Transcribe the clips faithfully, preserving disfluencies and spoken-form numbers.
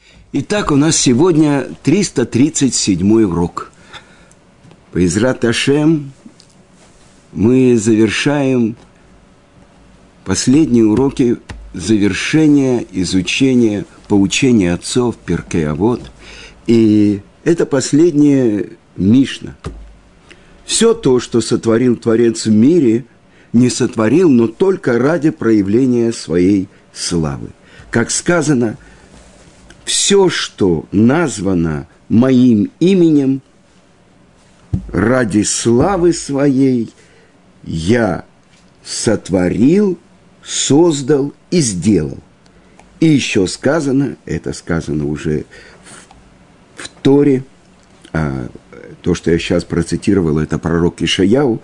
Итак, у нас сегодня триста тридцать седьмой урок. Бе'эзрат Ашем мы завершаем последние уроки завершения изучения поучения отцов Перкей Авот. И это последняя Мишна. Все то, что сотворил Творец в мире, не сотворил, но только ради проявления своей славы. Как сказано, все, что названо моим именем, ради славы своей я сотворил, создал и сделал. И еще сказано, это сказано уже в, в Торе, а то, что я сейчас процитировал, это пророк Ишаяу,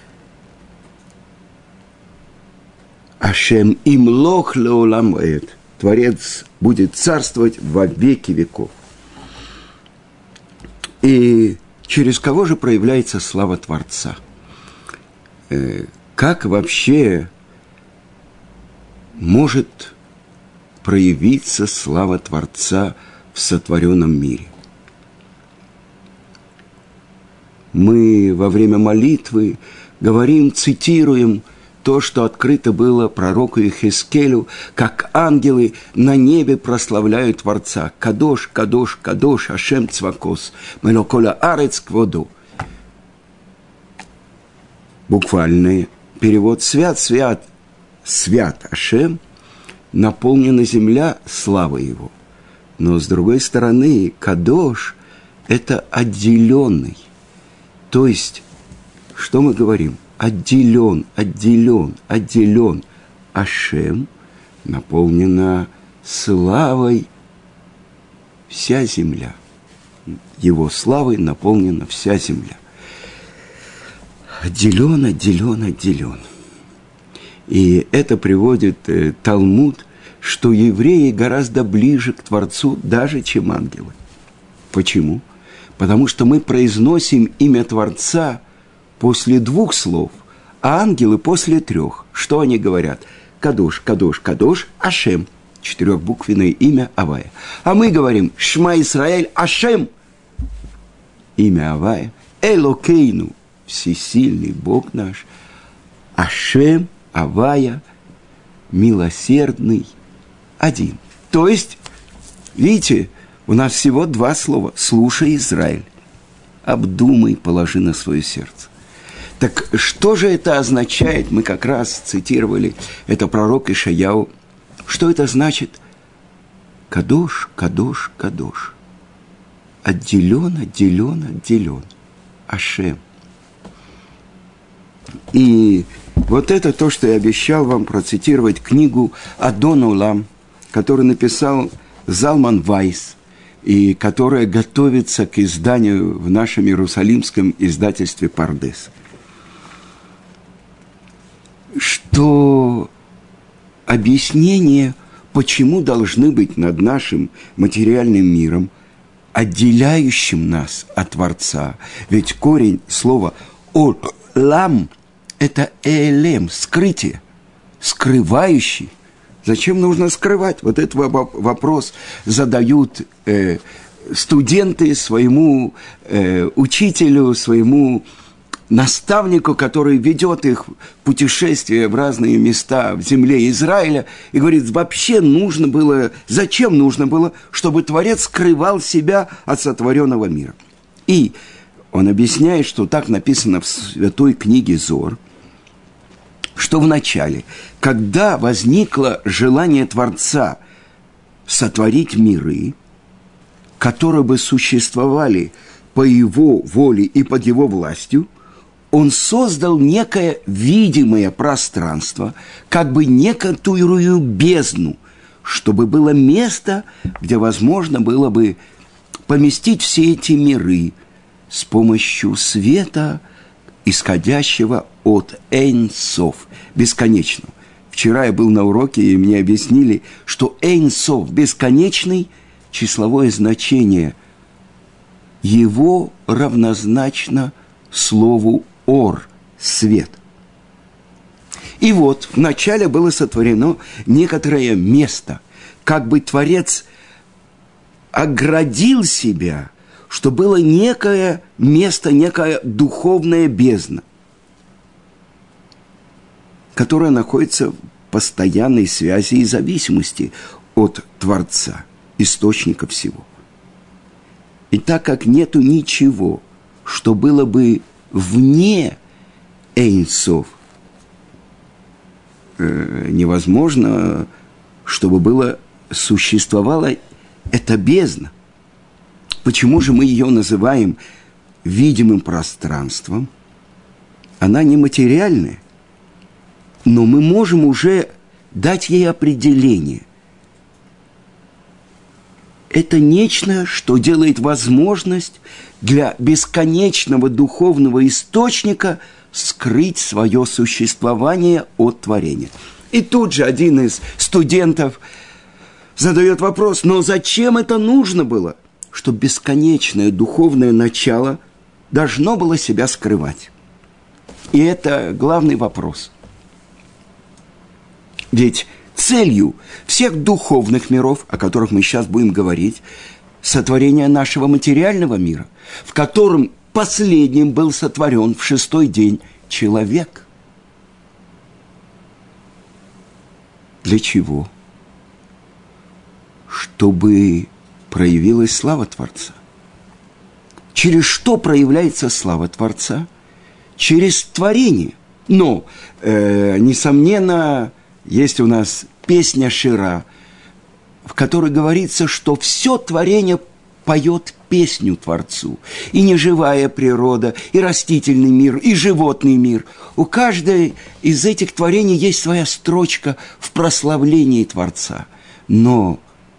Ашем имлох леолам ваэд. Творец будет царствовать во веки веков. И через кого же проявляется слава Творца? Как вообще может проявиться слава Творца в сотворенном мире? Мы во время молитвы говорим, цитируем то, что открыто было пророку Ихескелю, как ангелы на небе прославляют Творца. Кадош, Кадош, Кадош, Ашем Цвакос, Мелоколя Арец Кводу. Буквальный перевод «Свят, свят, свят Ашем», наполнена земля славой Его. Но с другой стороны, Кадош – это отделенный. То есть, что мы говорим? Отделен, отделен, отделен. Ашем наполнена славой вся земля. Его славой наполнена вся земля. Отделен, отделен, отделен. И это приводит э, Талмуд, что евреи гораздо ближе к Творцу даже, чем ангелы. Почему? Потому что мы произносим имя Творца после двух слов, а ангелы после трех. Что они говорят? Кадош, Кадош, Кадош, Ашем. Четырехбуквенное имя Авая. А мы говорим Шма Исраэль, Ашем. Имя Авая. Элокейну, всесильный Бог наш. Ашем, Авая, милосердный, один. То есть, видите, у нас всего два слова. Слушай, Израиль. Обдумай, положи на свое сердце. Так что же это означает? Мы как раз цитировали, это пророк Ишаяу. Что это значит? Кадош, Кадош, Кадош. Отделен, отделен, отделен. Ашем. И вот это то, что я обещал вам процитировать книгу Адон Олам, которую написал Залман Вайс, и которая готовится к изданию в нашем иерусалимском издательстве «Пардес». Что объяснение, почему должны быть над нашим материальным миром, отделяющим нас от Творца. Ведь корень слова «олам» – это «элем» – скрытие, скрывающий. Зачем нужно скрывать? Вот этот вопрос задают э, студенты своему э, учителю, своему наставнику, который ведет их в путешествие в разные места в земле Израиля, и говорит, вообще нужно было, зачем нужно было, чтобы Творец скрывал себя от сотворенного мира. И он объясняет, что так написано в святой книге Зор, что вначале, когда возникло желание Творца сотворить миры, которые бы существовали по его воле и под его властью, он создал некое видимое пространство, как бы некоторую бездну, чтобы было место, где возможно было бы поместить все эти миры с помощью света, исходящего от Эйн Сов, бесконечного. Вчера я был на уроке, и мне объяснили, что Эйн Сов, бесконечный, числовое значение его равнозначно слову Ор, свет. И вот вначале было сотворено некоторое место, как бы Творец оградил себя, что было некое место, некая духовная бездна, которая находится в постоянной связи и зависимости от Творца, источника всего. И так как нету ничего, что было бы вне Эйн Соф, э, невозможно, чтобы было, существовала эта бездна. Почему же мы ее называем видимым пространством? Она нематериальная, но мы можем уже дать ей определение. Это нечто, что делает возможность для бесконечного духовного источника скрыть свое существование от творения. И тут же один из студентов задает вопрос: но зачем это нужно было? Что бесконечное духовное начало должно было себя скрывать. И это главный вопрос. Ведь целью всех духовных миров, о которых мы сейчас будем говорить, сотворение нашего материального мира, в котором последним был сотворен в шестой день человек. Для чего? Чтобы проявилась слава Творца. Через что проявляется слава Творца? Через творение. Но, э, несомненно, есть у нас песня Шира, в которой говорится, что все творение поет песню Творцу. И неживая природа, и растительный мир, и животный мир. У каждой из этих творений есть своя строчка в прославлении Творца. Но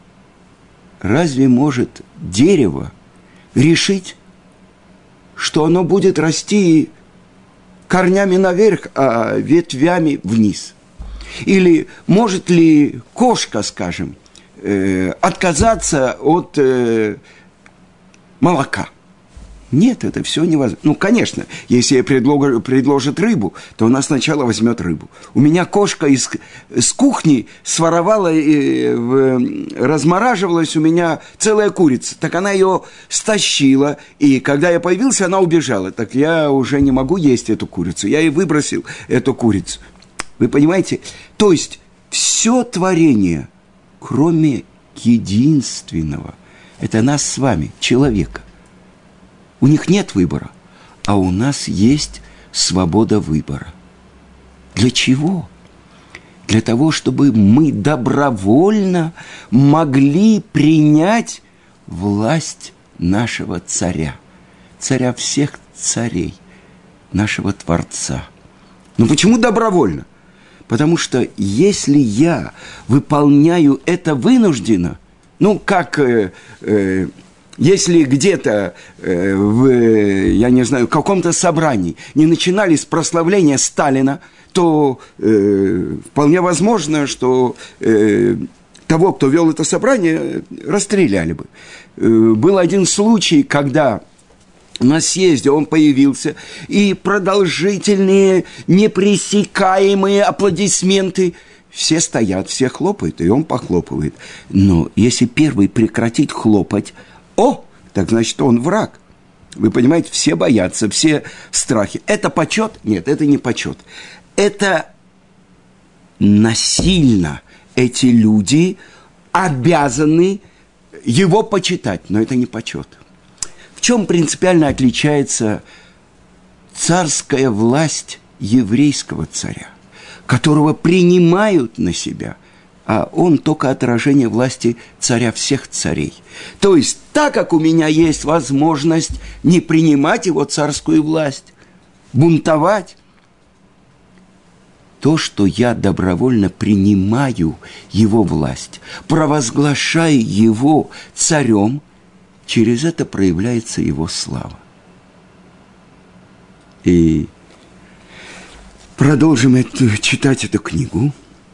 разве может дерево решить, что оно будет расти корнями наверх, а ветвями вниз? Или может ли кошка, скажем, э, отказаться от э, молока? Нет, это все невозможно. Ну, конечно, если ей предлог, предложат рыбу, то она сначала возьмет рыбу. У меня кошка из, с кухни своровала, и, в, размораживалась у меня целая курица. Так она ее стащила, и когда я появился, она убежала. Так я уже не могу есть эту курицу. Я и выбросил эту курицу. Вы понимаете? То есть все творение, кроме единственного, это нас с вами, человека. У них нет выбора, а у нас есть свобода выбора. Для чего? Для того, чтобы мы добровольно могли принять власть нашего царя, царя всех царей, нашего Творца. Но почему добровольно? Потому что если я выполняю это вынужденно, ну, как... Э, э, Если где-то, э, в, я не знаю, в каком-то собрании не начинали с прославления Сталина, то э, вполне возможно, что э, того, кто вел это собрание, расстреляли бы. Э, был один случай, когда на съезде он появился, и продолжительные, непресекаемые аплодисменты. Все стоят, все хлопают, и он похлопывает. Но если первый прекратить хлопать, о, так значит, он враг. Вы понимаете, все боятся, все в страхе. Это почет? Нет, это не почет. Это насильно эти люди обязаны его почитать, но это не почет. В чем принципиально отличается царская власть еврейского царя, которого принимают на себя, а он только отражение власти царя всех царей. То есть, так как у меня есть возможность не принимать его царскую власть, бунтовать, то, что я добровольно принимаю его власть, провозглашаю его царем, через это проявляется его слава. И продолжим эту, читать эту книгу.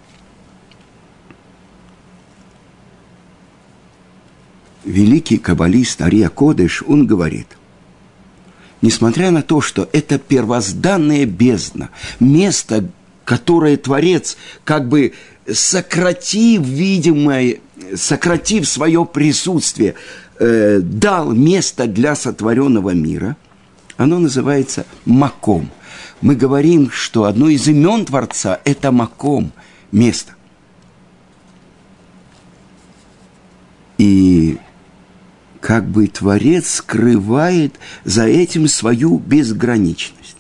Великий каббалист Ария Кодеш, он говорит, несмотря на то, что это первозданная бездна, место, которое Творец, как бы сократив видимое, сократив свое присутствие, э, дал место для сотворенного мира, оно называется Маком. Мы говорим, что одно из имен Творца – это Маком, место. И как бы Творец скрывает за этим свою безграничность.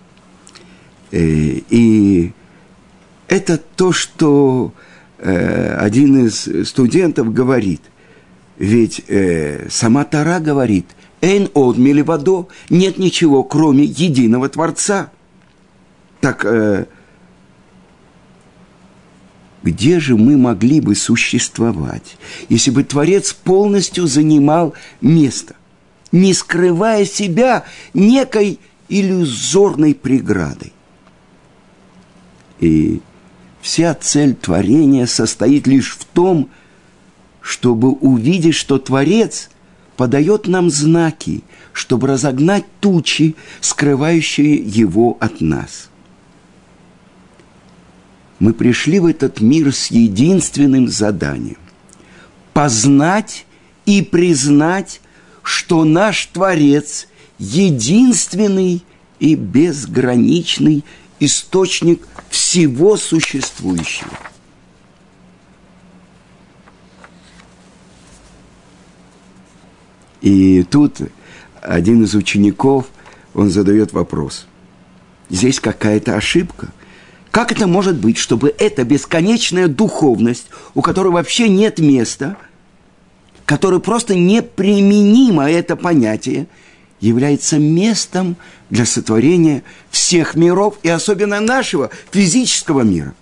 И это то, что один из студентов говорит. Ведь сама Тора говорит, «Эн од милевадо», нет ничего, кроме единого Творца. Так где же мы могли бы существовать, если бы Творец полностью занимал место, не скрывая себя некой иллюзорной преградой? И вся цель творения состоит лишь в том, чтобы увидеть, что Творец подает нам знаки, чтобы разогнать тучи, скрывающие его от нас. Мы пришли в этот мир с единственным заданием – познать и признать, что наш Творец – единственный и безграничный источник всего существующего. И тут один из учеников, он задает вопрос. Здесь какая-то ошибка. Как это может быть, чтобы эта бесконечная духовность, у которой вообще нет места, которой просто неприменимо это понятие, является местом для сотворения всех миров, и особенно нашего физического мира?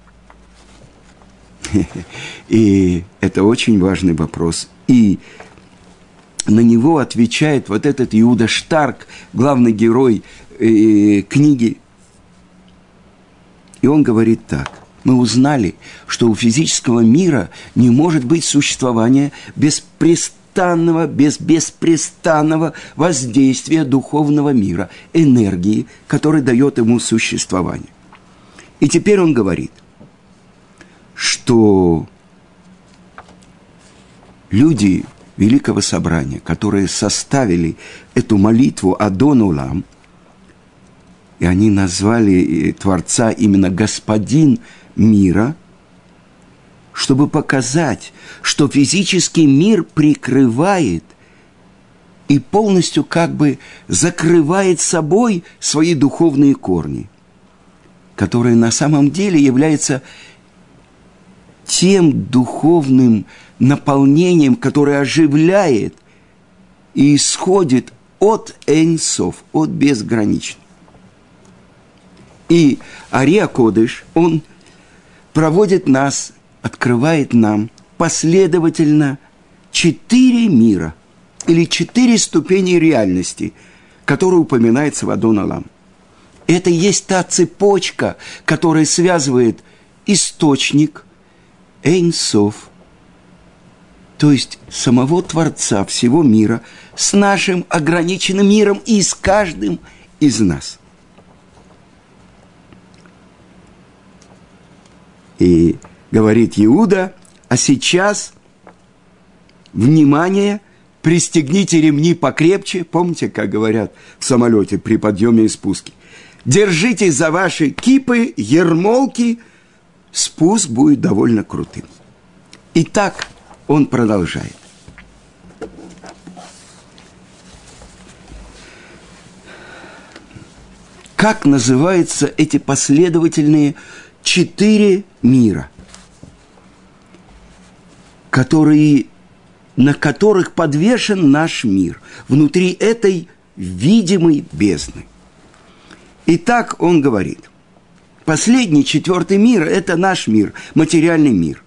И это очень важный вопрос. И на него отвечает вот этот Иуда Штарк, главный герой э, книги. И он говорит так. Мы узнали, что у физического мира не может быть существования беспрестанного, без беспрестанного воздействия духовного мира, энергии, которая дает ему существование. И теперь он говорит, что люди Великого Собрания, которые составили эту молитву Адон Олам, и они назвали Творца именно Господин мира, чтобы показать, что физический мир прикрывает и полностью как бы закрывает собой свои духовные корни, которые на самом деле являются тем духовным наполнением, которое оживляет и исходит от Эйн Соф, от безграничного. И Ари ха-Кодеш, он проводит нас, открывает нам последовательно четыре мира или четыре ступени реальности, которые упоминаются в Адон Олам. Это и есть та цепочка, которая связывает источник Эйн Соф, то есть самого Творца всего мира, с нашим ограниченным миром и с каждым из нас. И говорит Иуда, а сейчас, внимание, пристегните ремни покрепче. Помните, как говорят в самолете при подъеме и спуске? Держитесь за ваши кипы, ермолки, спуск будет довольно крутым. Итак, он продолжает. Как называются эти последовательные четыре мира, которые, на которых подвешен наш мир, внутри этой видимой бездны? Итак, он говорит, последний, четвертый мир – это наш мир, материальный мир.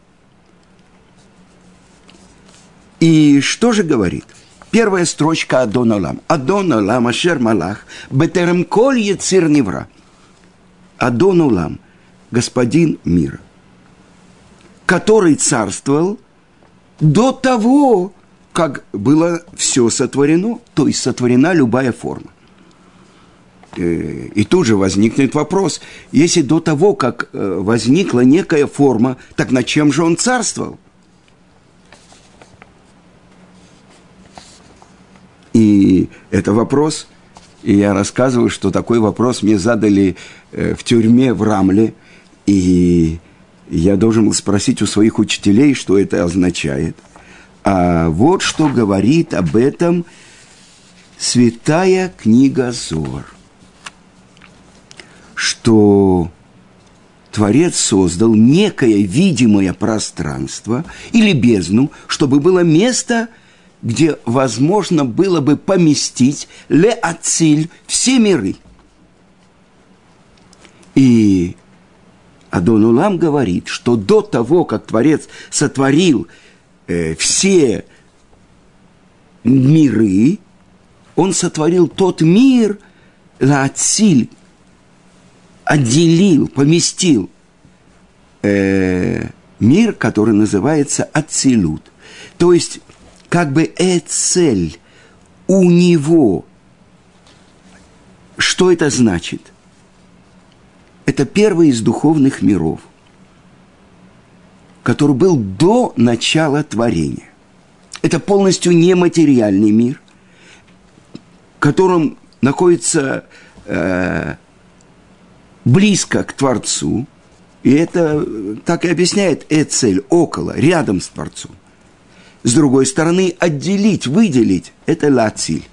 И что же говорит? Первая строчка Адон Олам. Адон Олам ашер малах бетерем коль яцир невра. Адон Олам, Господин мира, который царствовал до того, как было все сотворено, то есть сотворена любая форма. И тут же возникнет вопрос, если до того, как возникла некая форма, так над чем же он царствовал? И это вопрос, и я рассказываю, что такой вопрос мне задали в тюрьме в Рамле, и я должен был спросить у своих учителей, что это означает. А вот что говорит об этом Святая книга Зоар, что Творец создал некое видимое пространство или бездну, чтобы было место, где возможно было бы поместить ле ациль все миры. И Адон Улам говорит, что до того, как Творец сотворил э, все миры, он сотворил тот мир, лаациль, отделил, поместил э, мир, который называется ацилут. То есть, как бы эцель у него. Что это значит? Это первый из духовных миров, который был до начала творения. Это полностью нематериальный мир, в котором находится э, близко к Творцу, и это так и объясняет эцель, около, рядом с Творцом. С другой стороны, отделить, выделить – это лациль.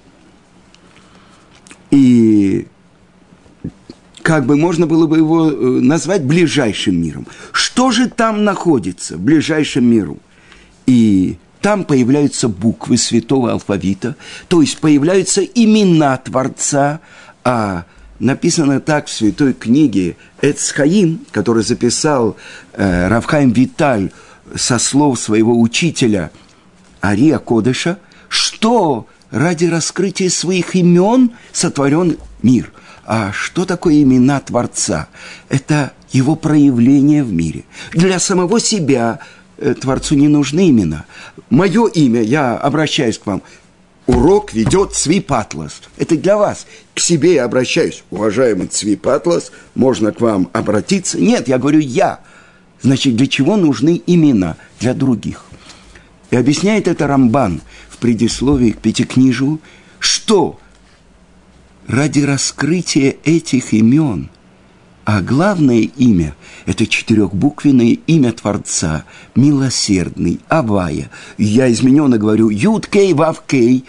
И как бы можно было бы его назвать ближайшим миром. Что же там находится в ближайшем миру? И там появляются буквы святого алфавита, то есть появляются имена Творца, а написано так в святой книге Эц Хаим, который записал э, Рав Хаим Виталь со слов своего учителя Ария Кодеша, что ради раскрытия своих имен сотворен мир. А что такое имена Творца? Это его проявление в мире. Для самого себя э, Творцу не нужны имена. Мое имя, я обращаюсь к вам, урок ведет Цви Патлас. Это для вас. К себе я обращаюсь. Уважаемый Цви Патлас, можно к вам обратиться? Нет, я говорю я. Значит, для чего нужны имена? Для других. И объясняет это Рамбан в предисловии к Пятикнижию, что ради раскрытия этих имен, а главное имя – это четырехбуквенное имя Творца, милосердный, Авая. Я измененно говорю Юд-Кей, Вав-Кей.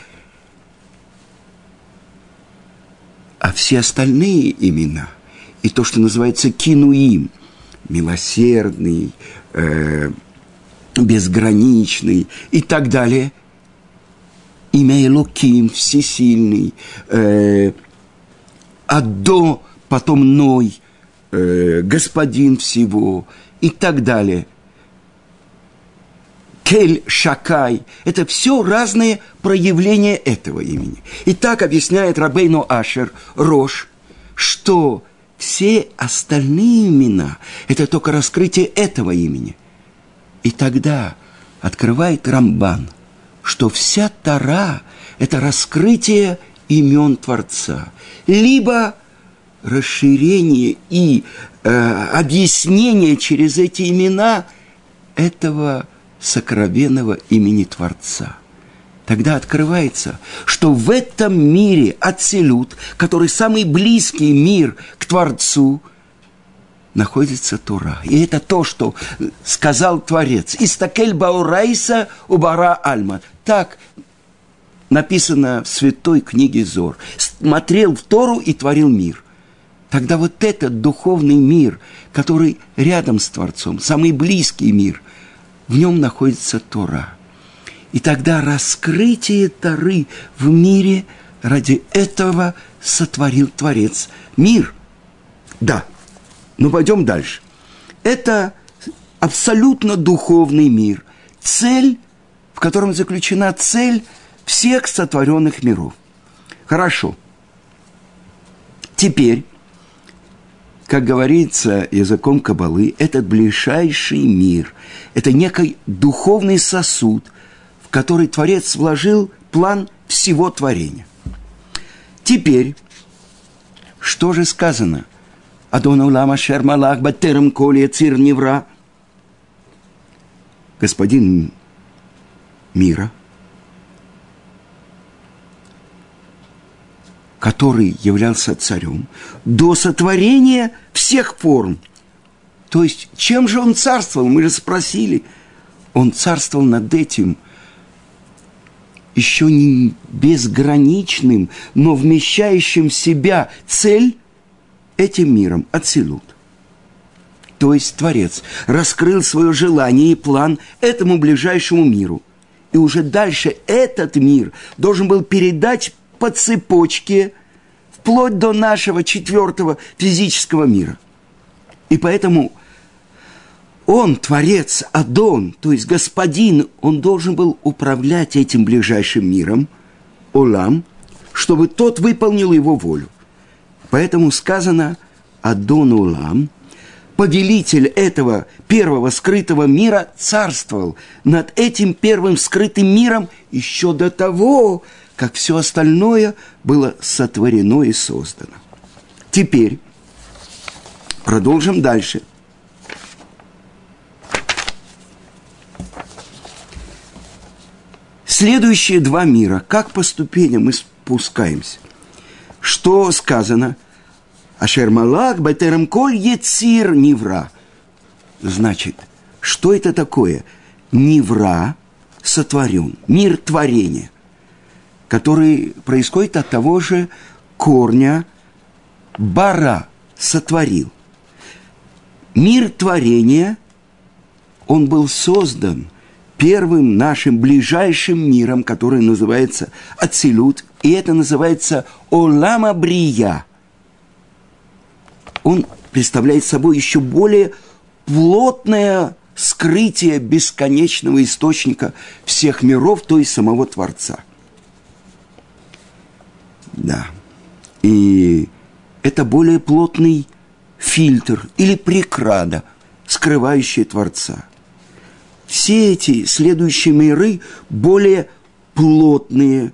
А все остальные имена, и то, что называется Кинуим, милосердный, э, безграничный и так далее, имя Элоким, всесильный, э, Адо, потом Ной, э, господин всего и так далее. Кель, Шакай – это все разные проявления этого имени. И так объясняет Рабейну Ашер, Рош, что все остальные имена – это только раскрытие этого имени. И тогда открывает Рамбан, что вся Тора – это раскрытие имен Творца, либо расширение и э, объяснение через эти имена этого сокровенного имени Творца. Тогда открывается, что в этом мире Ацилут, который самый близкий мир к Творцу, находится Тора. И это то, что сказал Творец. «Истакель баурайса убара альма». Так написано в святой книге Зор. Смотрел в Тору и творил мир. Тогда вот этот духовный мир, который рядом с Творцом, самый близкий мир, в нем находится Тора. И тогда раскрытие Торы в мире, ради этого сотворил Творец мир. Да. Но пойдем дальше. Это абсолютно духовный мир. Цель, в котором заключена цель всех сотворенных миров. Хорошо. Теперь, как говорится языком Каббалы, этот ближайший мир – это некий духовный сосуд, в который Творец вложил план всего творения. Теперь, что же сказано? Адон Улам ашер малах батерем кол яцир невра. Господин мира, который являлся царем, до сотворения всех форм. То есть, чем же он царствовал? Мы же спросили. Он царствовал над этим еще не безграничным, но вмещающим в себя цель этим миром, ацилут. То есть Творец раскрыл свое желание и план этому ближайшему миру. И уже дальше этот мир должен был передать по цепочке вплоть до нашего четвертого физического мира. И поэтому он, Творец, Адон, то есть Господин, он должен был управлять этим ближайшим миром, Олам, чтобы тот выполнил его волю. Поэтому сказано Адон Олам, повелитель этого первого скрытого мира царствовал над этим первым скрытым миром еще до того, как все остальное было сотворено и создано. Теперь продолжим дальше. Следующие два мира, как по ступеням мы спускаемся. Что сказано? Ашер малах бетерем коль ецир нивра. Значит, что это такое? Нивра сотворен, мир творения, который происходит от того же корня бара, сотворил. Мир творения, он был создан первым нашим ближайшим миром, который называется Ацилут, и это называется Олама Брия. Он представляет собой еще более плотное скрытие бесконечного источника всех миров, то есть самого Творца. Да. И это более плотный фильтр или преграда, скрывающая Творца. Все эти следующие миры более плотные,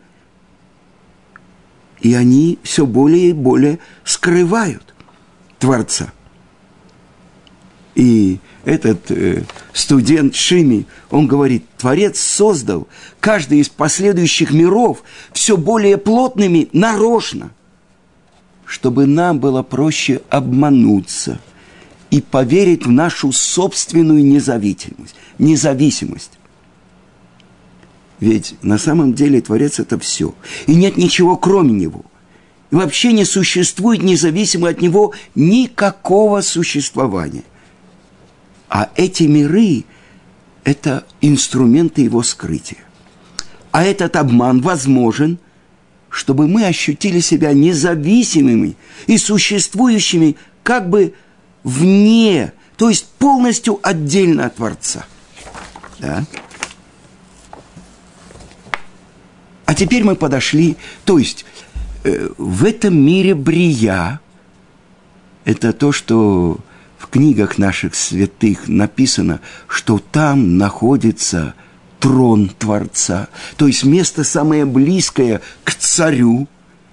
и они все более и более скрывают Творца. И этот э, студент Шими, он говорит, Творец создал каждый из последующих миров все более плотными нарочно, чтобы нам было проще обмануться и поверить в нашу собственную независимость. независимость. Ведь на самом деле Творец – это все. И нет ничего кроме Него. И вообще не существует независимо от Него никакого существования. А эти миры – это инструменты Его скрытия. А этот обман возможен, чтобы мы ощутили себя независимыми и существующими как бы вне, то есть полностью отдельно от Творца. Да? А теперь мы подошли, то есть э, в этом мире Брия, это то, что в книгах наших святых написано, что там находится трон Творца, то есть место самое близкое к царю.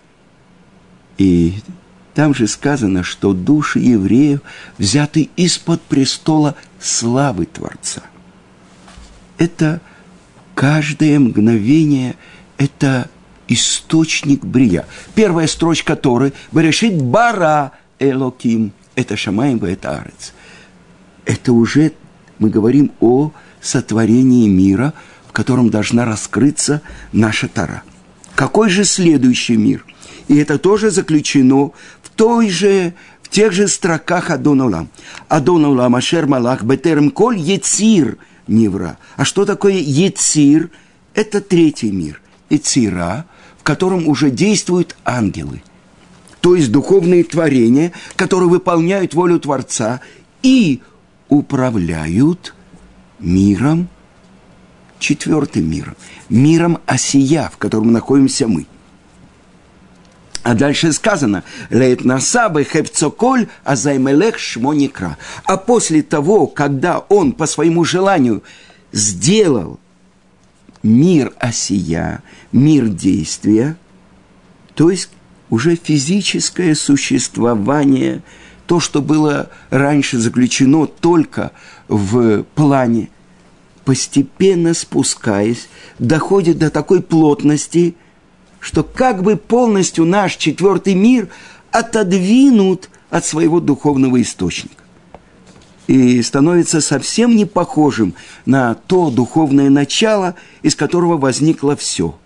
И там же сказано, что души евреев взяты из-под престола славы Творца. Это каждое мгновение, это источник Брия. Первая строчка Торы «Берешит бара Элоким» – это Шамаим ве Арец. Это уже мы говорим о сотворении мира, в котором должна раскрыться наша Тора. Какой же следующий мир? И это тоже заключено в той же, в тех же строках Адон Олам. Адон Олам ашер малах бетерем коль ецир нивра. А что такое ецир? Это третий мир. Ецира, в котором уже действуют ангелы. То есть духовные творения, которые выполняют волю Творца и управляют миром, четвертым миром, миром Осия, в котором находимся мы. А дальше сказано, «Леет насабы хевцоколь азаймелех шмоникра». А после того, когда он по своему желанию сделал мир Осия, мир действия, то есть уже физическое существование, то, что было раньше заключено только в плане, постепенно спускаясь, доходит до такой плотности, что как бы полностью наш четвертый мир отодвинут от своего духовного источника и становится совсем не похожим на то духовное начало, из которого возникло все.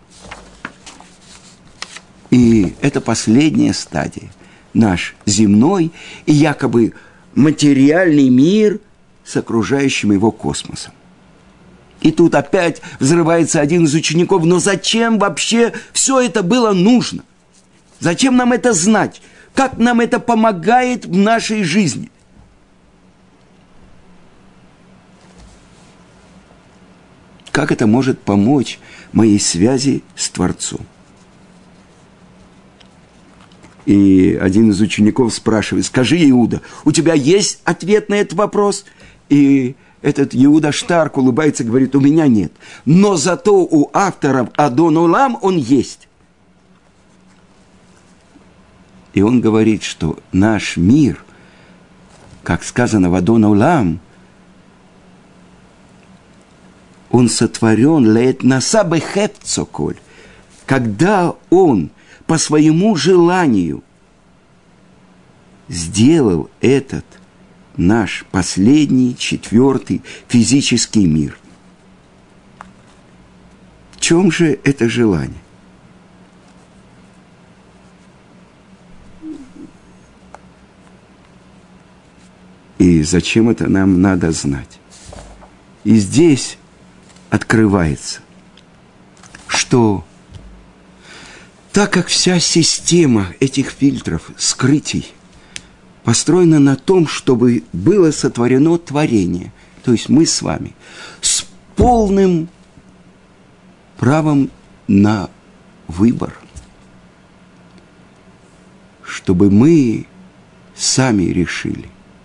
И это последняя стадия. Наш земной и якобы материальный мир с окружающим его космосом. И тут опять взрывается один из учеников. Но зачем вообще все это было нужно? Зачем нам это знать? Как нам это помогает в нашей жизни? Как это может помочь моей связи с Творцом? И один из учеников спрашивает: скажи, Иуда, у тебя есть ответ на этот вопрос? И этот Иуда Штарк улыбается и говорит: у меня нет. Но зато у авторов Адон Олам он есть. И он говорит, что наш мир, как сказано в Адон Олам, он сотворен леет наса бехепцоколь, когда он по своему желанию сделал этот наш последний, четвертый физический мир. В чем же это желание? И зачем это нам надо знать? И здесь открывается, что так как вся система этих фильтров, скрытий, построена на том, чтобы было сотворено творение, то есть мы с вами, с полным правом на выбор, чтобы мы сами решили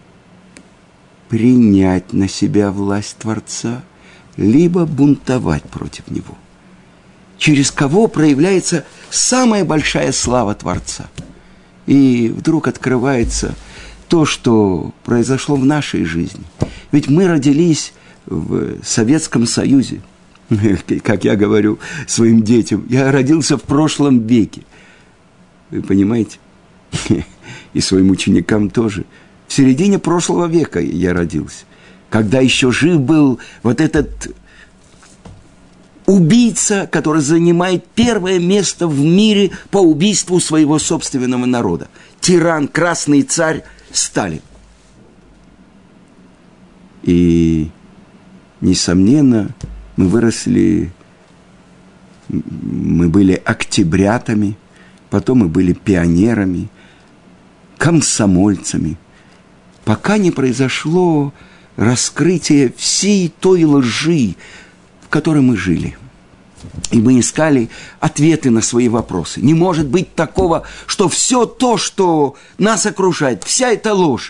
принять на себя власть Творца, либо бунтовать против Него. Через кого проявляется самая большая слава Творца. И вдруг открывается то, что произошло в нашей жизни. Ведь мы родились в Советском Союзе. Как я говорю своим детям, я родился в прошлом веке. Вы понимаете? И своим ученикам тоже. В середине прошлого века я родился. Когда еще жив был вот этот убийца, который занимает первое место в мире по убийству своего собственного народа. Тиран, красный царь Сталин. И, несомненно, мы выросли, мы были октябрятами, потом мы были пионерами, комсомольцами, пока не произошло раскрытие всей той лжи, в которой мы жили. И мы искали ответы на свои вопросы. Не может быть такого, что все то, что нас окружает, вся эта ложь.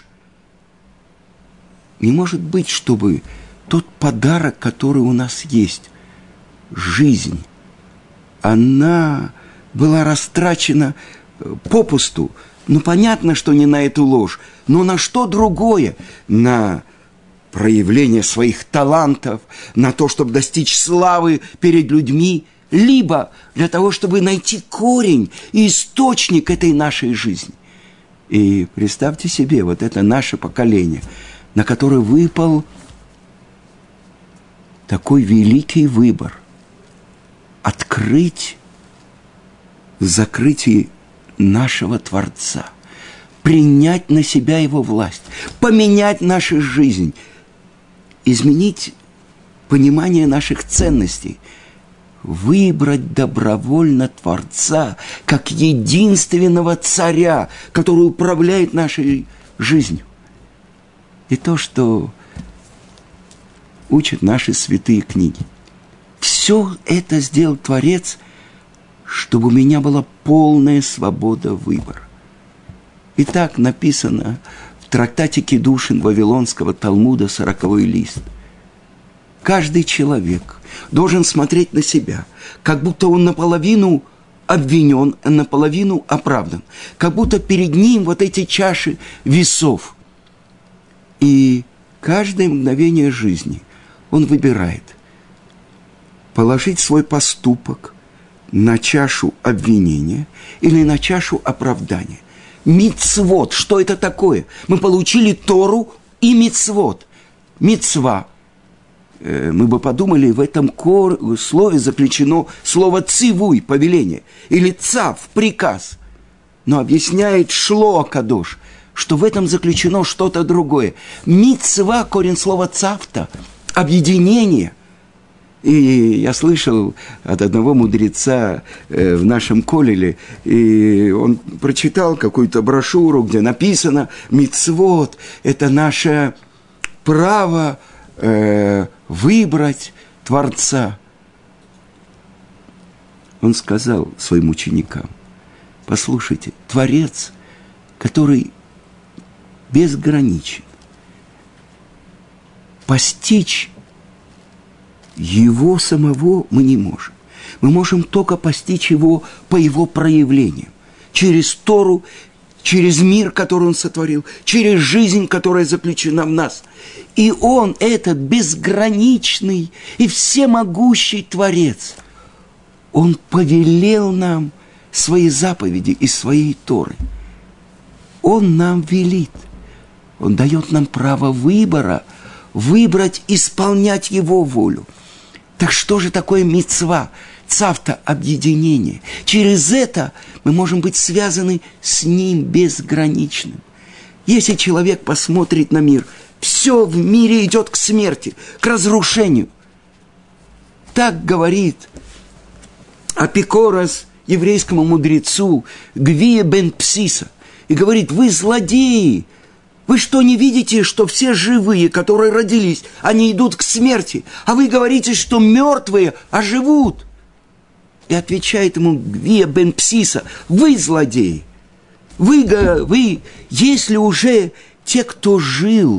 Не может быть, чтобы тот подарок, который у нас есть, жизнь, она была растрачена попусту. Ну, понятно, что не на эту ложь, но на что другое? На проявление своих талантов, на то, чтобы достичь славы перед людьми, либо для того, чтобы найти корень и источник этой нашей жизни. И представьте себе, вот это наше поколение, на которое выпал такой великий выбор – открыть в закрытии нашего Творца, принять на себя Его власть, поменять нашу жизнь, изменить понимание наших ценностей, выбрать добровольно Творца как единственного царя, который управляет нашей жизнью. И то, что учат наши святые книги. Все это сделал Творец, чтобы у меня была полная свобода выбора. И так написано в трактате Кидушин Вавилонского Талмуда, сороковой лист. Каждый человек должен смотреть на себя, как будто он наполовину обвинен, а наполовину оправдан. Как будто перед ним вот эти чаши весов. И каждое мгновение жизни он выбирает положить свой поступок на чашу обвинения или на чашу оправдания. Мицвот, что это такое? Мы получили Тору и мицвот. Мицва. Мы бы подумали, в этом слове заключено слово цивуй, повеление, или цав, приказ. Но объясняет Шло Акадош, что в этом заключено что-то другое. Мицва, корень слова цавта, объединение. И я слышал от одного мудреца в нашем колеле, и он прочитал какую-то брошюру, где написано «Мицвот – это наше право э, выбрать Творца». Он сказал своим ученикам: послушайте, Творец, который безграничен, постичь Его самого мы не можем. Мы можем только постичь Его по Его проявлениям. Через Тору, через мир, который Он сотворил, через жизнь, которая заключена в нас. И Он, этот безграничный и всемогущий Творец, Он повелел нам свои заповеди из своей Торы. Он нам велит. Он дает нам право выбора, выбрать, исполнять Его волю. Так что же такое мицва? Цавта, объединение. Через это мы можем быть связаны с Ним безграничным. Если человек посмотрит на мир, все в мире идет к смерти, к разрушению. Так говорит Апикорос еврейскому мудрецу Гвия бен Псиса. И говорит: вы злодеи! Вы что, не видите, что все живые, которые родились, они идут к смерти, а вы говорите, что мертвые оживут? И отвечает ему Гвия бен Псиса: вы злодеи! Вы, вы, если уже те, кто жил,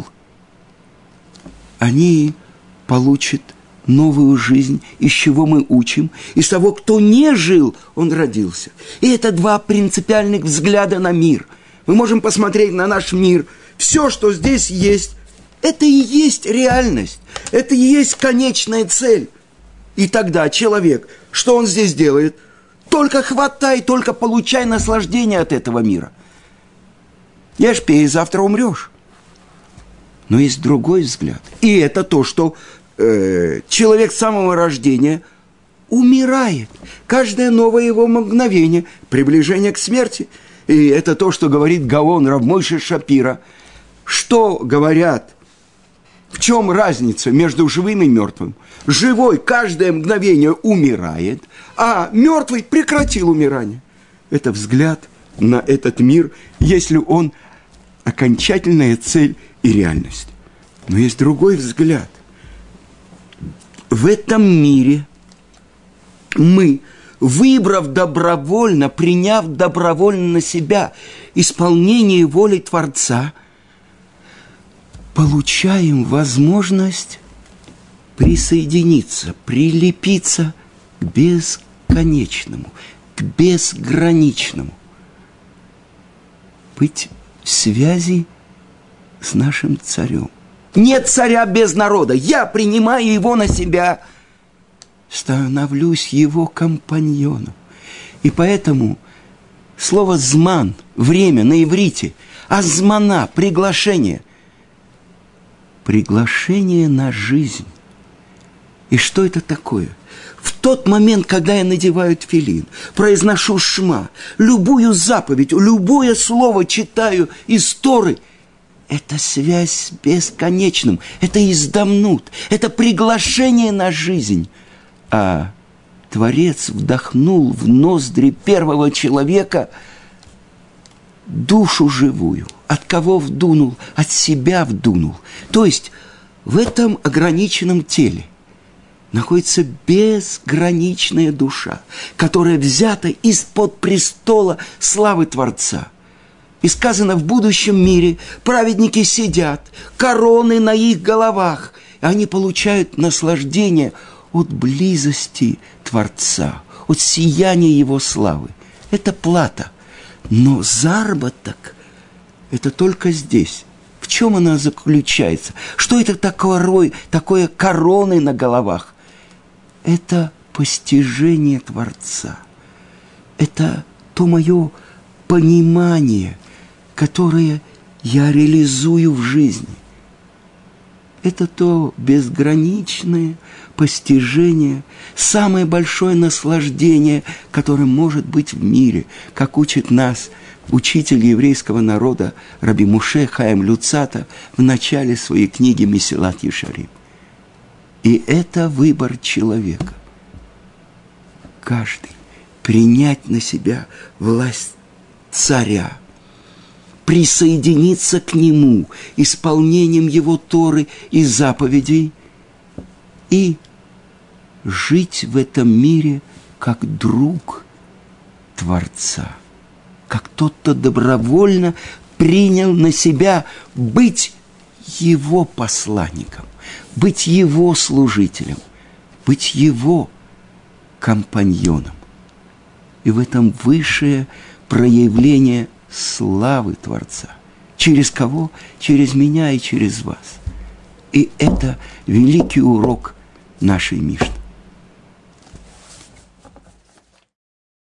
они получат новую жизнь, из чего мы учим, из того, кто не жил, он родился. И это два принципиальных взгляда на мир. Мы можем посмотреть на наш мир. Все, что здесь есть, это и есть реальность. Это и есть конечная цель. И тогда человек, что он здесь делает? Только хватай, только получай наслаждение от этого мира. Ешь, пей, завтра умрешь. Но есть другой взгляд. И это то, что э, человек с самого рождения умирает. Каждое новое его мгновение, приближение к смерти. И это то, что говорит Гаон Рав Мойше Шапира. Что говорят? В чем разница между живым и мертвым? Живой каждое мгновение умирает, а мертвый прекратил умирание. Это взгляд на этот мир, если он окончательная цель и реальность. Но есть другой взгляд. В этом мире мы, выбрав добровольно, приняв добровольно на себя исполнение воли Творца, получаем возможность присоединиться, прилепиться к бесконечному, к безграничному. Быть в связи с нашим царем. Нет царя без народа. Я принимаю его на себя, становлюсь его компаньоном. И поэтому слово «зман», время на иврите, «азмана», приглашение. Приглашение на жизнь. И что это такое? В тот момент, когда я надеваю тфилин, произношу шма, любую заповедь, любое слово читаю из Торы, это связь с бесконечным, это издамнут, это приглашение на жизнь. А Творец вдохнул в ноздри первого человека душу живую. От кого вдунул? От себя вдунул. То есть в этом ограниченном теле находится безграничная душа, которая взята из-под престола славы Творца. И сказано, в будущем мире праведники сидят, короны на их головах, и они получают наслаждение от близости Творца, от сияния Его славы. Это плата. Но заработок – это только здесь. В чем она заключается? Что это такое, такое короны на головах? Это постижение Творца. Это то мое понимание, которое я реализую в жизни. Это то безграничное постижение, самое большое наслаждение, которое может быть в мире, как учит нас учитель еврейского народа Раби Муше Хаим Люцата в начале своей книги «Месилат Ешарим». И это выбор человека. Каждый принять на себя власть царя, присоединиться к нему исполнением его Торы и заповедей и жить в этом мире как друг Творца, как тот, кто добровольно принял на себя быть его посланником, быть его служителем, быть его компаньоном. И в этом высшее проявление славы Творца. Через кого? Через меня и через вас. И это великий урок нашей Мишны.